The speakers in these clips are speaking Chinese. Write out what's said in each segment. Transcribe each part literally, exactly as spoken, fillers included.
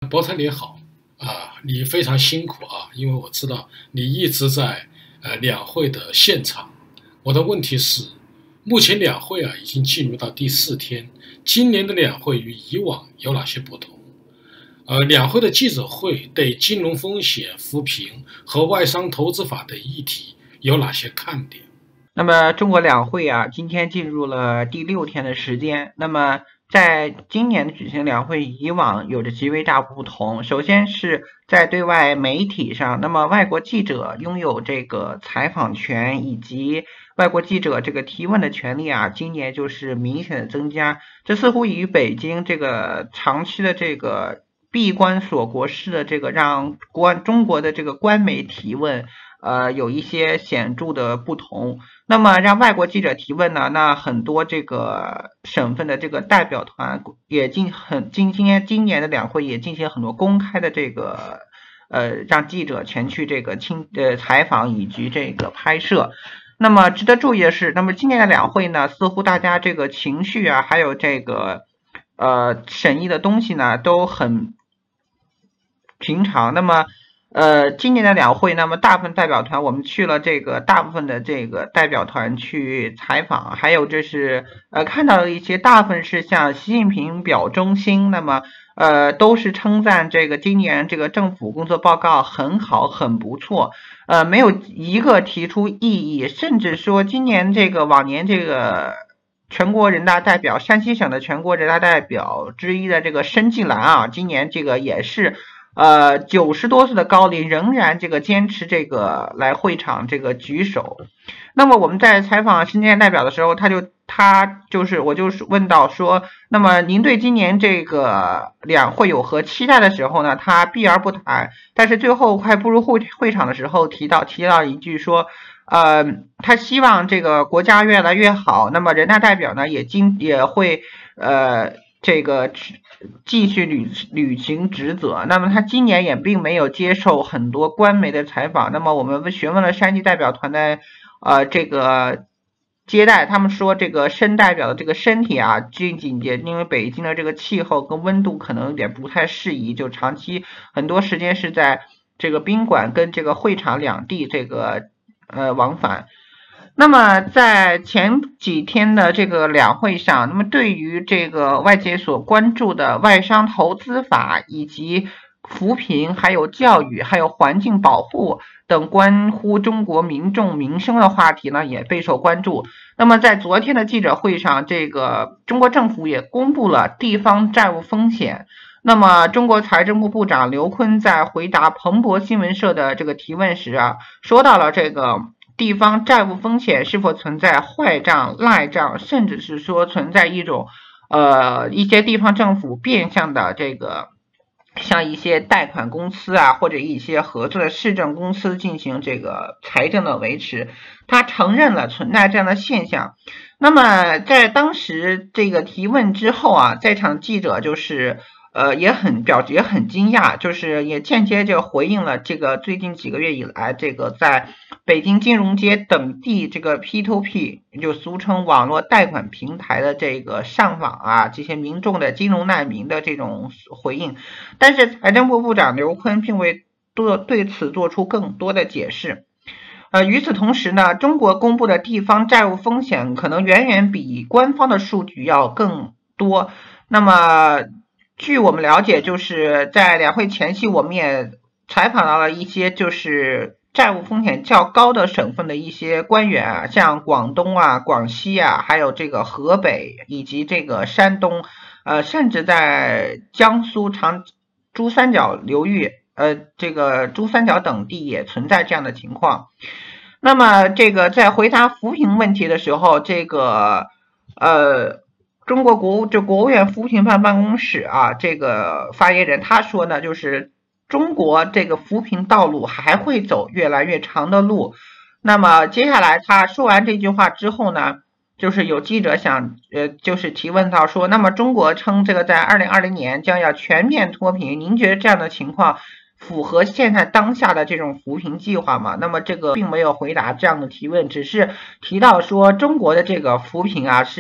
伯特你好啊，你非常辛苦啊，因为我知道你一直在呃两会的现场。我的问题是，目前两会啊已经进入到第四天，今年的两会与以往有哪些不同？呃，两会的记者会对金融风险扶贫和外商投资法等议题有哪些看点？ 那么中国两会啊，今天进入了第六天的时间。那么在今年的举行两会，以往有着极为大不同。首先是在对外媒体上，那么外国记者拥有这个采访权以及外国记者这个提问的权利啊，今年就是明显的增加。这似乎与北京这个长期的这个闭关锁国式的这个让官中国的这个官媒提问，呃，有一些显著的不同。那么让外国记者提问呢？那很多这个省份的这个代表团也进很今今年今年的两会也进行很多公开的这个呃让记者前去这个亲呃采访以及这个拍摄。那么值得注意的是，那么今年的两会呢，似乎大家这个情绪啊，还有这个呃审议的东西呢，都很平常。那么呃，今年的两会，那么大部分代表团，我们去了这个大部分的这个代表团去采访，还有就是呃看到了一些大部分是向习近平表忠心，那么呃都是称赞这个今年这个政府工作报告很好，很不错，呃没有一个提出异议，甚至说今年这个往年这个全国人大代表，山西省的全国人大代表之一的这个申纪兰啊，今年这个也是。呃，九十多岁的高龄仍然这个坚持这个来会场这个举手。那么我们在采访申纪兰代表的时候，他就他就是我就是问到说，那么您对今年这个两会有何期待的时候呢？他避而不谈，但是最后快步入会会场的时候提到提到一句说，呃，他希望这个国家越来越好。那么人大代表呢也今也会呃。这个继续履履行职责，那么他今年也并没有接受很多官媒的采访。那么我们询问了山西代表团的呃这个接待，他们说这个申代表的这个身体啊，近几年因为北京的这个气候跟温度可能有点不太适宜，就长期很多时间是在这个宾馆跟这个会场两地这个呃往返。那么在前几天的这个两会上，那么对于这个外界所关注的外商投资法以及扶贫、还有教育、还有环境保护等关乎中国民众民生的话题呢，也备受关注。那么在昨天的记者会上，这个中国政府也公布了地方债务风险。那么中国财政部部长刘昆在回答彭博新闻社的这个提问时啊，说到了这个地方债务风险是否存在坏账、赖账，甚至是说存在一种呃一些地方政府变相的这个像一些贷款公司啊，或者一些合作的市政公司进行这个财政的维持，他承认了存在这样的现象。那么在当时这个提问之后啊，在场记者就是呃，也很表也很惊讶，就是也间接就回应了这个最近几个月以来，这个在北京金融街等地这个 P to P 就俗称网络贷款平台的这个上访啊，这些民众的金融难民的这种回应。但是财政部部长刘昆并未多对此做出更多的解释。呃，与此同时呢，中国公布的地方债务风险可能远远比官方的数据要更多。那么据我们了解，就是在两会前夕，我们也采访到了一些就是债务风险较高的省份的一些官员啊，像广东啊、广西啊，还有这个河北以及这个山东，呃，甚至在江苏长珠三角流域，呃，这个珠三角等地也存在这样的情况。那么，这个在回答扶贫问题的时候，这个呃。中国国务这国务院扶贫办办公室啊，这个发言人他说呢，就是中国这个扶贫道路还会走越来越长的路。那么接下来他说完这句话之后呢，就是有记者想呃就是提问到说，那么中国称这个在二零二零年将要全面脱贫，您觉得这样的情况符合现在当下的这种扶贫计划吗？那么这个并没有回答这样的提问，只是提到说中国的这个扶贫啊是。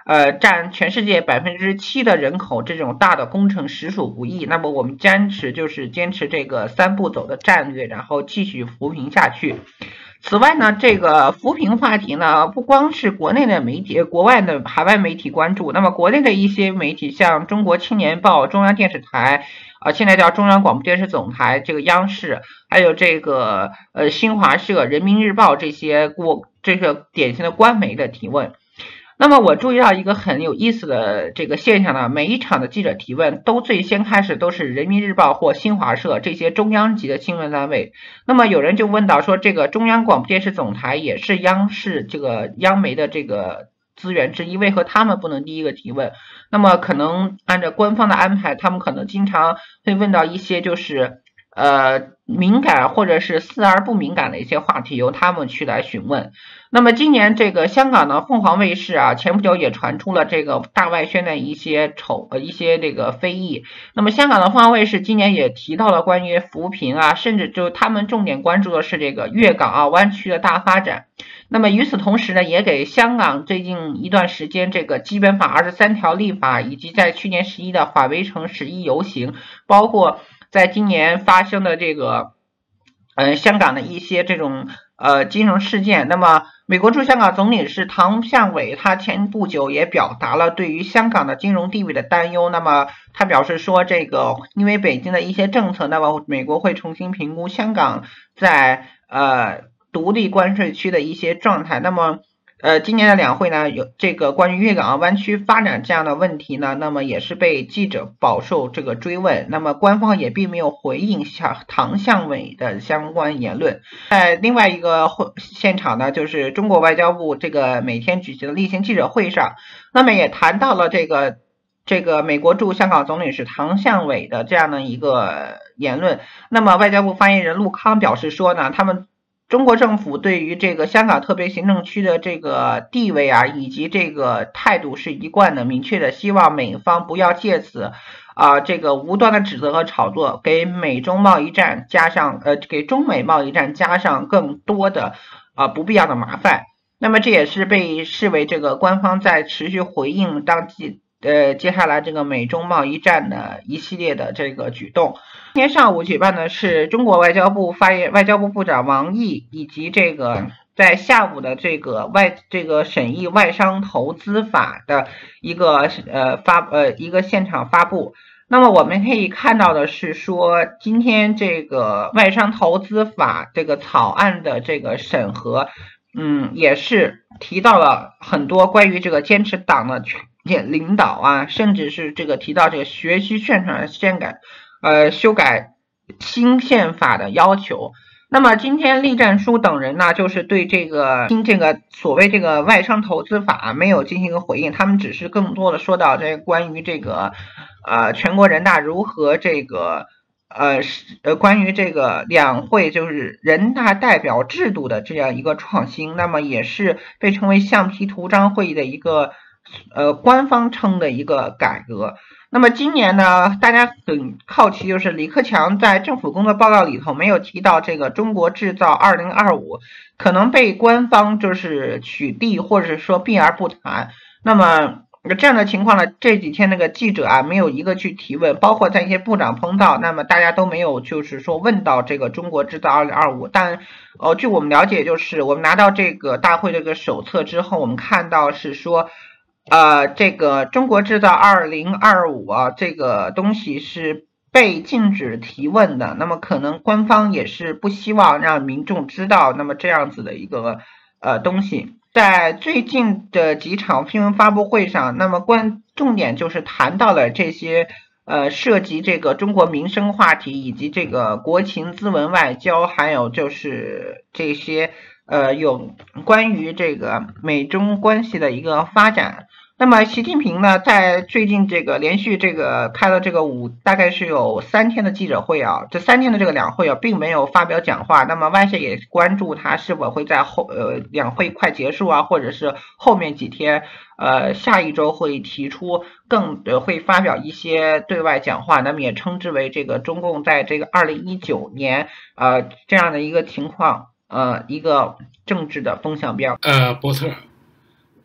呃，占全世界百分之七的人口，这种大的工程实属不易。那么我们坚持就是坚持这个三步走的战略，然后继续扶贫下去。此外呢，这个扶贫话题呢，不光是国内的媒体，国外的海外媒体关注，那么国内的一些媒体，像中国青年报、中央电视台，啊、呃，现在叫中央广播电视总台，这个央视，还有这个呃新华社、人民日报这些国这个典型的官媒的提问。那么我注意到一个很有意思的这个现象呢，每一场的记者提问都最先开始都是人民日报或新华社这些中央级的新闻单位。那么有人就问到说，这个中央广播电视总台也是央视这个央媒的这个资源之一，为何他们不能第一个提问？那么可能按照官方的安排，他们可能经常会问到一些就是呃敏感或者是似而不敏感的一些话题，由他们去来询问。那么今年这个香港的凤凰卫视啊，前不久也传出了这个大外宣的一些丑呃一些这个非议。那么香港的凤凰卫视今年也提到了关于扶贫啊，甚至就他们重点关注的是这个粤港澳湾区的大发展。那么与此同时呢，也给香港最近一段时间这个基本法二十三条立法，以及在去年十一的反围城十一游行，包括在今年发生的这个呃香港的一些这种呃金融事件。那么美国驻香港总领事唐向伟他前不久也表达了对于香港的金融地位的担忧。那么他表示说，这个因为北京的一些政策，那么美国会重新评估香港在呃独立关税区的一些状态。那么呃，今年的两会呢，有这个关于粤港澳湾区发展这样的问题呢，那么也是被记者饱受这个追问。那么官方也并没有回应像唐向伟的相关言论。在另外一个会现场呢，就是中国外交部这个每天举行的例行记者会上，那么也谈到了这个这个美国驻香港总领事唐向伟的这样的一个言论。那么外交部发言人陆康表示说呢，他们中国政府对于这个香港特别行政区的这个地位啊，以及这个态度是一贯的、明确的，希望美方不要借此啊、呃、这个无端的指责和炒作，给美中贸易战加上呃给中美贸易战加上更多的啊、呃、不必要的麻烦。那么这也是被视为这个官方在持续回应当即呃接下来这个美中贸易战的一系列的这个举动。今天上午举办的是中国外交部发言外交部部长王毅以及这个在下午的这个外这个审议外商投资法的一个呃发呃一个现场发布。那么我们可以看到的是说，今天这个外商投资法这个草案的这个审核，嗯，也是提到了很多关于这个坚持党的领导啊，甚至是这个提到这个学习宣传宣改。呃，修改新宪法的要求。那么今天栗战书等人呢，就是对这个新这个所谓这个外商投资法没有进行一个回应，他们只是更多的说到这关于这个呃全国人大如何这个呃呃关于这个两会就是人大代表制度的这样一个创新，那么也是被称为橡皮图章会议的一个呃官方称的一个改革。那么今年呢，大家很好奇，就是李克强在政府工作报告里头没有提到这个中国制造二零二五，可能被官方就是取缔或者是说避而不谈。那么这样的情况呢，这几天那个记者啊没有一个去提问，包括在一些部长碰到，那么大家都没有就是说问到这个中国制造二零二五。但呃，据我们了解，就是我们拿到这个大会这个手册之后，我们看到是说。呃，这个中国制造二零二五啊，这个东西是被禁止提问的。那么可能官方也是不希望让民众知道，那么这样子的一个呃东西。在最近的几场新闻发布会上，那么关重点就是谈到了这些呃涉及这个中国民生话题，以及这个国情咨文外交，还有就是这些呃有关于这个美中关系的一个发展。那么习近平呢，在最近这个连续这个开了这个五大概是有三天的记者会啊，这三天的这个两会啊，并没有发表讲话。那么外界也关注他是否会在后呃两会快结束啊，或者是后面几天呃下一周会提出更呃会发表一些对外讲话。那么也称之为这个中共在这个二零一九年呃这样的一个情况呃一个政治的风向标。 呃，波特尔。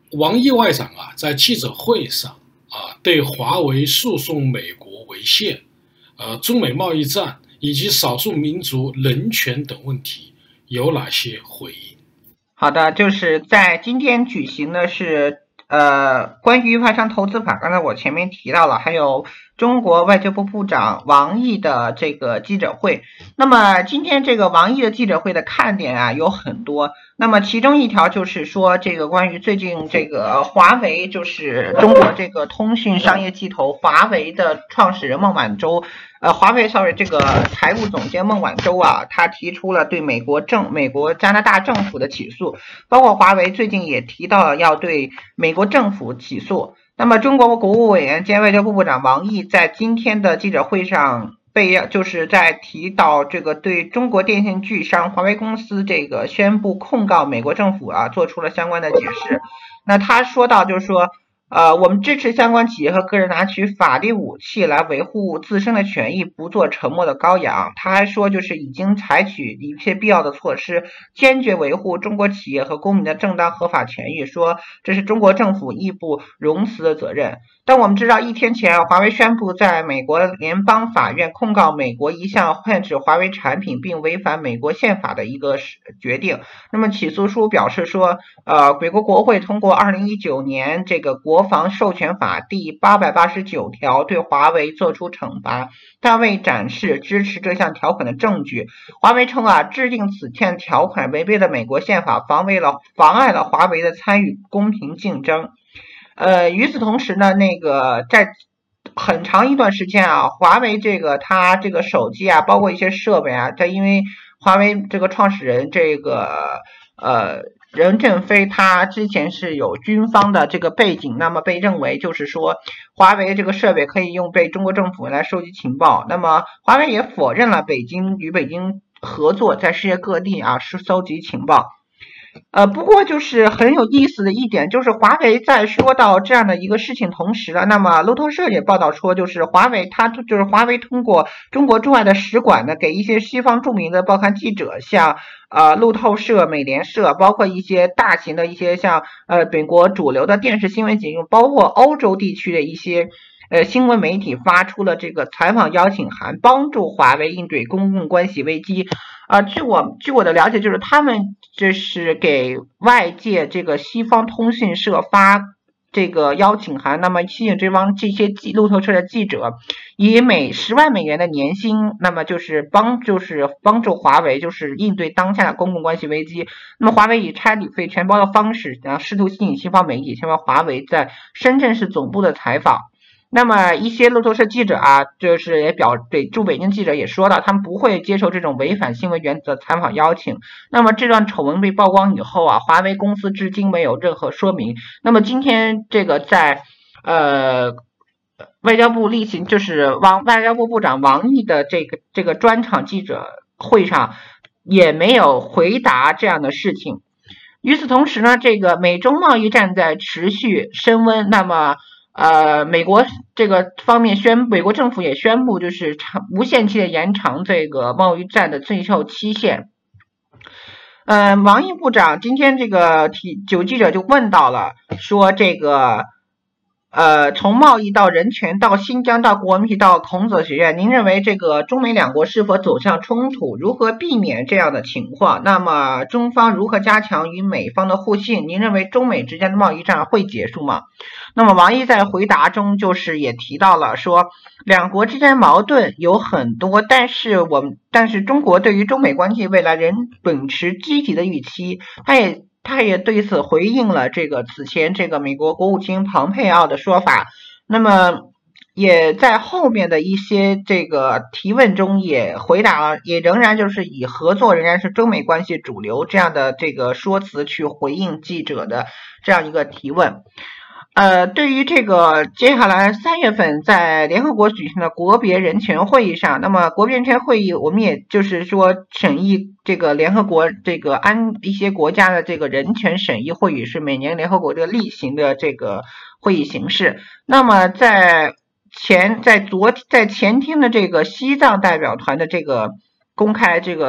王毅外长啊，在记者会上啊，对华为诉讼美国违宪、呃，中美贸易战以及少数民族人权等问题有哪些回应？ 好的，就是在今天举行的是呃关于外商投资法，刚才我前面提到了，还有中国外交部部长王毅的这个记者会。那么今天这个王毅的记者会的看点啊有很多，那么其中一条就是说这个关于最近这个华为，就是中国这个通讯商业巨头华为的创始人孟晚舟。呃，华为 sorry 这个财务总监孟晚舟啊，他提出了对美国政、美国加拿大政府的起诉，包括华为最近也提到了要对美国政府起诉。那么，中国国务委员兼外交部部长王毅在今天的记者会上被就是在提到这个对中国电信巨商华为公司这个宣布控告美国政府啊，做出了相关的解释。那他说到就是说。呃，我们支持相关企业和个人拿取法律武器来维护自身的权益，不做沉默的羔羊。他还说，就是已经采取一切必要的措施，坚决维护中国企业和公民的正当合法权益，说这是中国政府义不容辞的责任。但我们知道，一天前，华为宣布在美国联邦法院控告美国一项限制华为产品并违反美国宪法的一个决定。那么起诉书表示说，呃，美国国会通过二零一九年这个国防授权法第八百八十九条对华为作出惩罚，但未展示支持这项条款的证据。华为称啊，制定此项条款违背了美国宪法，妨碍了妨碍了华为的参与公平竞争。呃，与此同时呢，那个在很长一段时间啊，华为这个它这个手机啊，包括一些设备啊，它因为华为这个创始人这个呃任正非他之前是有军方的这个背景，那么被认为就是说华为这个设备可以用被中国政府来收集情报。那么华为也否认了北京与北京合作在世界各地啊是收集情报。呃，不过就是很有意思的一点，就是华为在说到这样的一个事情同时呢，那么路透社也报道说，就是华为它就是华为通过中国驻外的使馆呢，给一些西方著名的报刊记者，像呃路透社、美联社，包括一些大型的一些像呃美国主流的电视新闻节目，包括欧洲地区的一些呃新闻媒体发出了这个采访邀请函，帮助华为应对公共关系危机。啊、呃，据我据我的了解，就是他们这是给外界这个西方通讯社发这个邀请函，那么吸引这帮这些记路透社的记者以每十万美元的年薪，那么就是帮就是帮助华为就是应对当下的公共关系危机。那么华为以差旅费全包的方式，然后试图吸引西方媒体前往华为在深圳市总部的采访。那么一些路透社记者啊，就是也表对驻北京记者也说了，他们不会接受这种违反新闻原则的采访邀请。那么这段丑闻被曝光以后啊，华为公司至今没有任何说明。那么今天这个在呃外交部例行就是王外交部部长王毅的这个这个专场记者会上也没有回答这样的事情。与此同时呢，这个美中贸易战在持续升温，那么呃，美国这个方面宣，美国政府也宣布，就是长无限期的延长这个贸易战的最后期限。呃，王毅部长今天这个提有记者就问到了，说这个呃，从贸易到人权到新疆到国民到孔子学院，您认为这个中美两国是否走向冲突？如何避免这样的情况？那么中方如何加强与美方的互信？您认为中美之间的贸易战会结束吗？那么王毅在回答中就是也提到了说，两国之间矛盾有很多，但是我们但是中国对于中美关系未来仍秉持积极的预期，他也他也对此回应了这个此前这个美国国务卿蓬佩奥的说法。那么也在后面的一些这个提问中也回答了，也仍然就是以合作仍然是中美关系主流这样的这个说辞去回应记者的这样一个提问。呃，对于这个接下来三月份在联合国举行的国别人权会议上，那么国别人权会议我们也就是说审议这个联合国这个安一些国家的这个人权审议会议是每年联合国这个例行的这个会议形式。那么在前在昨在前天的这个西藏代表团的这个公开这个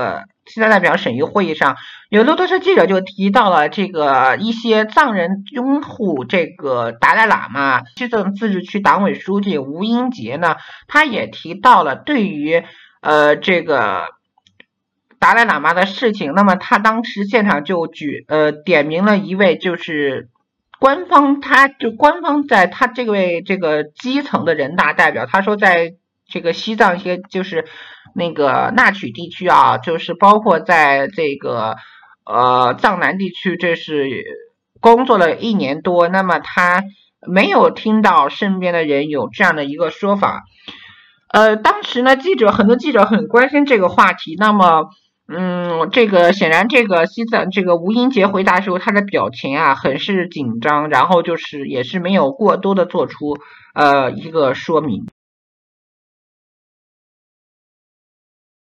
西藏代表审议会议上，有路透社记者就提到了这个一些藏人拥护这个达赖喇嘛。西藏自治区党委书记吴英杰呢，他也提到了对于呃这个达赖喇嘛的事情，那么他当时现场就举呃点名了一位就是官方，他就官方在他这位这个基层的人大代表，他说在这个西藏一些就是那个纳曲地区啊，就是包括在这个呃藏南地区，这是工作了一年多，那么他没有听到身边的人有这样的一个说法。呃，当时呢，记者很多记者很关心这个话题，那么。嗯，这个显然，这个西藏这个吴英杰回答的时候，他的表情啊很是紧张，然后就是也是没有过多的做出呃一个说明。